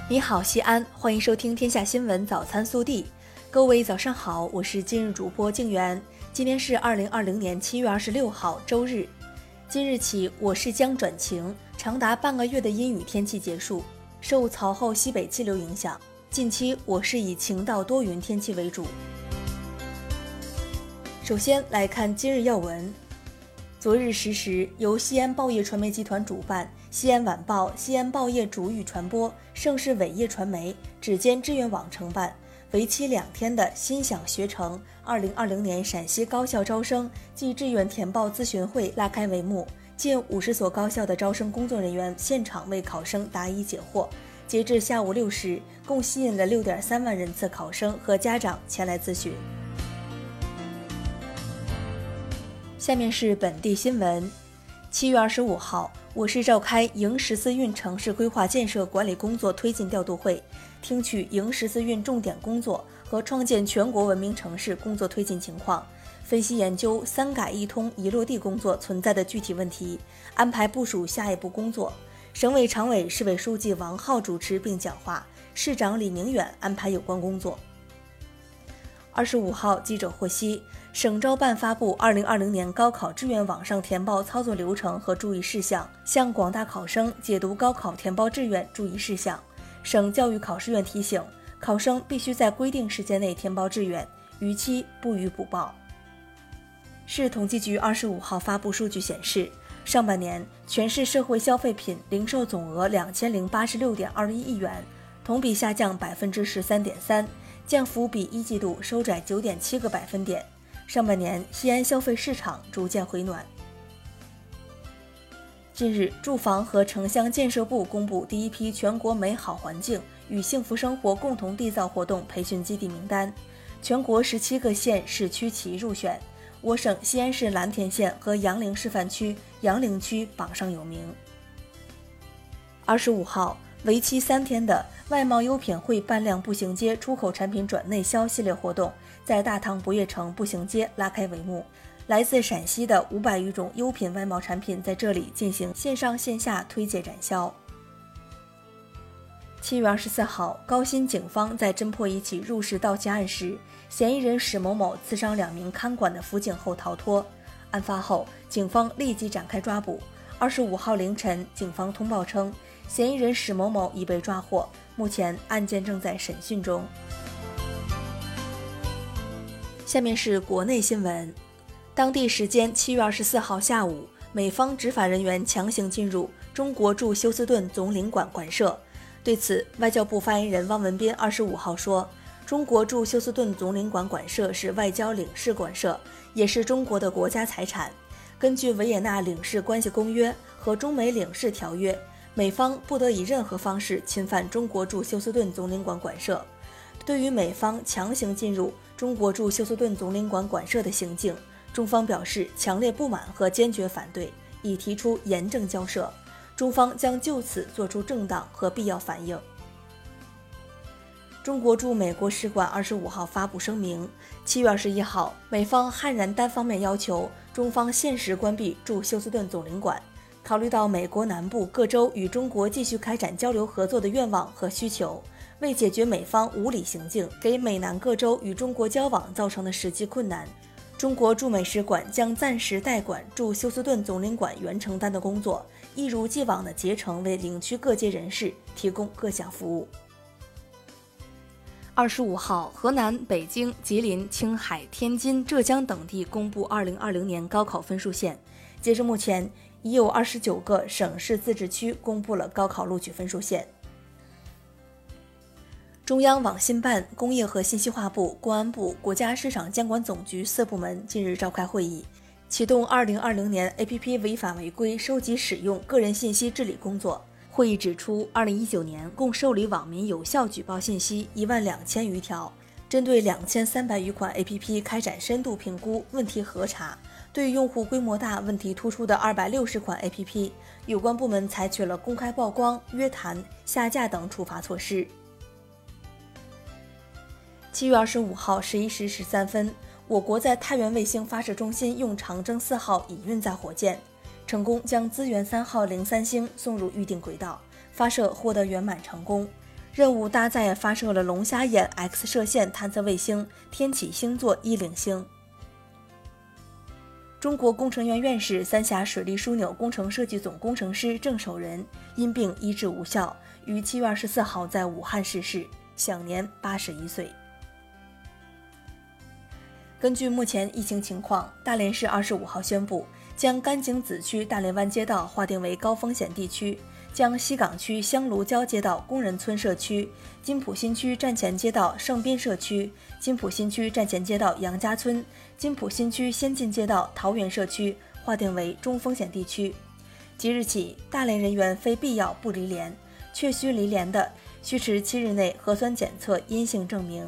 你好，西安，欢迎收听天下新闻早餐速递。各位早上好，我是今日主播静媛。今天是2020年7月26号，周日。今日起，我市将转晴，长达半个月的阴雨天气结束。受草后西北气流影响，近期我市以晴到多云天气为主。首先来看今日要闻。昨日10时，由西安报业传媒集团主办，西安晚报、西安报业主语传播、盛世伟业传媒、指尖志愿网承办，为期2天的心想学成2020年陕西高校招生暨志愿填报咨询会拉开帷幕。近50所高校的招生工作人员现场为考生答疑解惑。截至下午6时，共吸引了6.3万人次考生和家长前来咨询。下面是本地新闻。7月25号，我市召开迎14运城市规划建设管理工作推进调度会，听取迎14运重点工作和创建全国文明城市工作推进情况，分析研究3改1通1落地工作存在的具体问题，安排部署下一步工作。省委常委、市委书记王浩主持并讲话，市长李明远安排有关工作。25号，记者获悉，省招办发布2020年高考志愿网上填报操作流程和注意事项，向广大考生解读高考填报志愿注意事项。省教育考试院提醒，考生必须在规定时间内填报志愿，逾期不予补报。市统计局25号发布数据显示，上半年全市社会消费品零售总额2086.21亿元，同比下降13.3%，降幅比一季度收窄9.7个百分点。上半年西安消费市场逐渐回暖。近日，住房和城乡建设部公布第一批全国美好环境与幸福生活共同缔造活动培训基地名单，全国17个县市区企入选，我省西安市蓝田县和杨凌示范区杨凌区榜上有名。25号，为期3天的外贸优品汇半量步行街出口产品转内销系列活动在大唐不夜城步行街拉开帷幕。来自陕西的500余种优品外贸产品在这里进行线上线下推介展销。7月24号，高新警方在侦破一起入室盗窃案时，嫌疑人史某某刺伤2名看管的辅警后逃脱。案发后，警方立即展开抓捕。25号凌晨，警方通报称，嫌疑人史某某已被抓获，目前案件正在审讯中。下面是国内新闻。当地时间7月24号下午，美方执法人员强行进入中国驻休斯顿总领馆馆舍。对此，外交部发言人汪文斌25号说，中国驻休斯顿总领馆馆舍是外交领事馆舍，也是中国的国家财产。根据维也纳领事关系公约和中美领事条约，美方不得以任何方式侵犯中国驻休斯顿总领馆馆舍。对于美方强行进入中国驻休斯顿总领馆馆舍的行径，中方表示强烈不满和坚决反对，已提出严正交涉，中方将就此作出正当和必要反应。中国驻美国使馆25号发布声明，7月21号，美方悍然单方面要求中方限时关闭驻休斯顿总领馆，考虑到美国南部各州与中国继续开展交流合作的愿望和需求，为解决美方无理行径给美南各州与中国交往造成的实际困难，中国驻美使馆将暂时代管驻休斯顿总领馆原承担的工作，一如既往的竭诚为领区各界人士提供各项服务。25号，河南、北京、吉林、青海、天津、浙江等地公布2020年高考分数线。截至目前，已有29个省市自治区公布了高考录取分数线。中央网信办、工业和信息化部、公安部、国家市场监管总局4部门近日召开会议，启动2020年 APP 违法违规收集使用个人信息治理工作。会议指出，2019年共受理网民有效举报信息12000余条，针对2300余款 APP 开展深度评估、问题核查，对用户规模大、问题突出的260款 APP， 有关部门采取了公开曝光、约谈、下架等处罚措施。7月25号11时13分，我国在太原卫星发射中心用长征4号乙运载火箭，成功将资源3号03星送入预定轨道，发射获得圆满成功。 任务搭载发射了龙虾眼 X 射线探测卫星天启星座1领星。中国工程院院士、三峡水利枢纽工程设计总工程师郑守仁因病医治无效，于7月24号在武汉逝世，享年81岁。根据目前疫情情况，大连市25号宣布将甘井子区大连湾街道划定为高风险地区，将西岗区香炉礁街道工人村社区、金浦新区站前街道盛滨社区、金浦新区站前街道杨家村、金浦新区先进街道桃园社区划定为中风险地区。即日起，大连人员非必要不离连，确需离连的，需持7日内核酸检测阴性证明。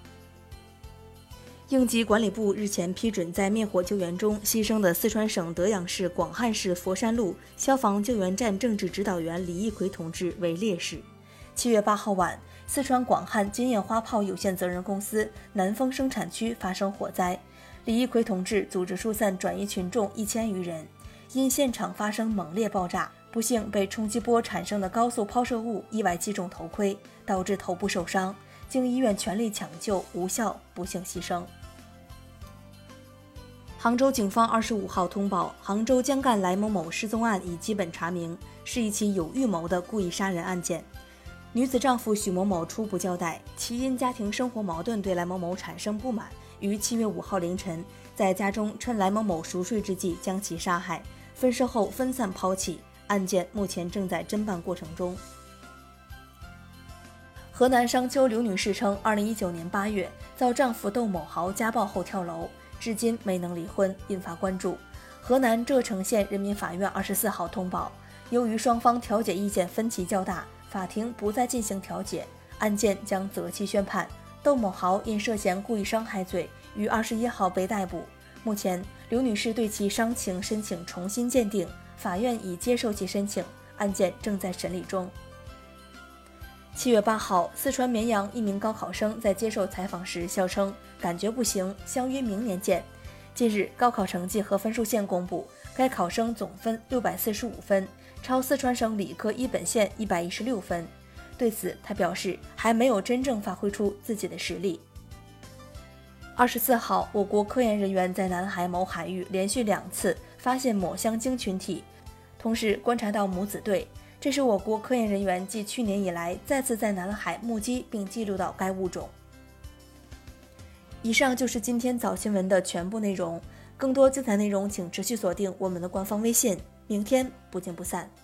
应急管理部日前批准在灭火救援中牺牲的四川省德阳市广汉市佛山路消防救援站政治指导员李义奎同志为烈士。7月8号晚，四川广汉金焰花炮有限责任公司南丰生产区发生火灾，李义奎同志组织疏散转移群众1000余人，因现场发生猛烈爆炸，不幸被冲击波产生的高速抛射物意外击中头盔，导致头部受伤，经医院全力抢救无效，不幸牺牲。杭州警方25号通报，杭州江干来某某失踪案已基本查明，是一起有预谋的故意杀人案件。女子丈夫许某某初步交代，其因家庭生活矛盾对来某某产生不满，于7月5号凌晨在家中趁来某某熟睡之际将其杀害，分尸后分散抛弃。案件目前正在侦办过程中。河南商丘刘女士称，2019年8月遭丈夫窦某豪家暴后跳楼，至今没能离婚，引发关注。河南柘城县人民法院24号通报，由于双方调解意见分歧较大，法庭不再进行调解，案件将择期宣判。窦某豪因涉嫌故意伤害罪，于21号被逮捕。目前，刘女士对其伤情申请重新鉴定，法院已接受其申请，案件正在审理中。7月8号，四川绵阳一名高考生在接受采访时笑称感觉不行，相约明年见。近日，高考成绩和分数线公布，该考生总分645分，超四川省理科一本线116分。对此，他表示还没有真正发挥出自己的实力。24号，我国科研人员在南海某海域连续2次发现抹香鲸群体，同时观察到母子对。这是我国科研人员继去年以来再次在南海目击并记录到该物种。以上就是今天早新闻的全部内容，更多精彩内容请持续锁定我们的官方微信，明天不见不散。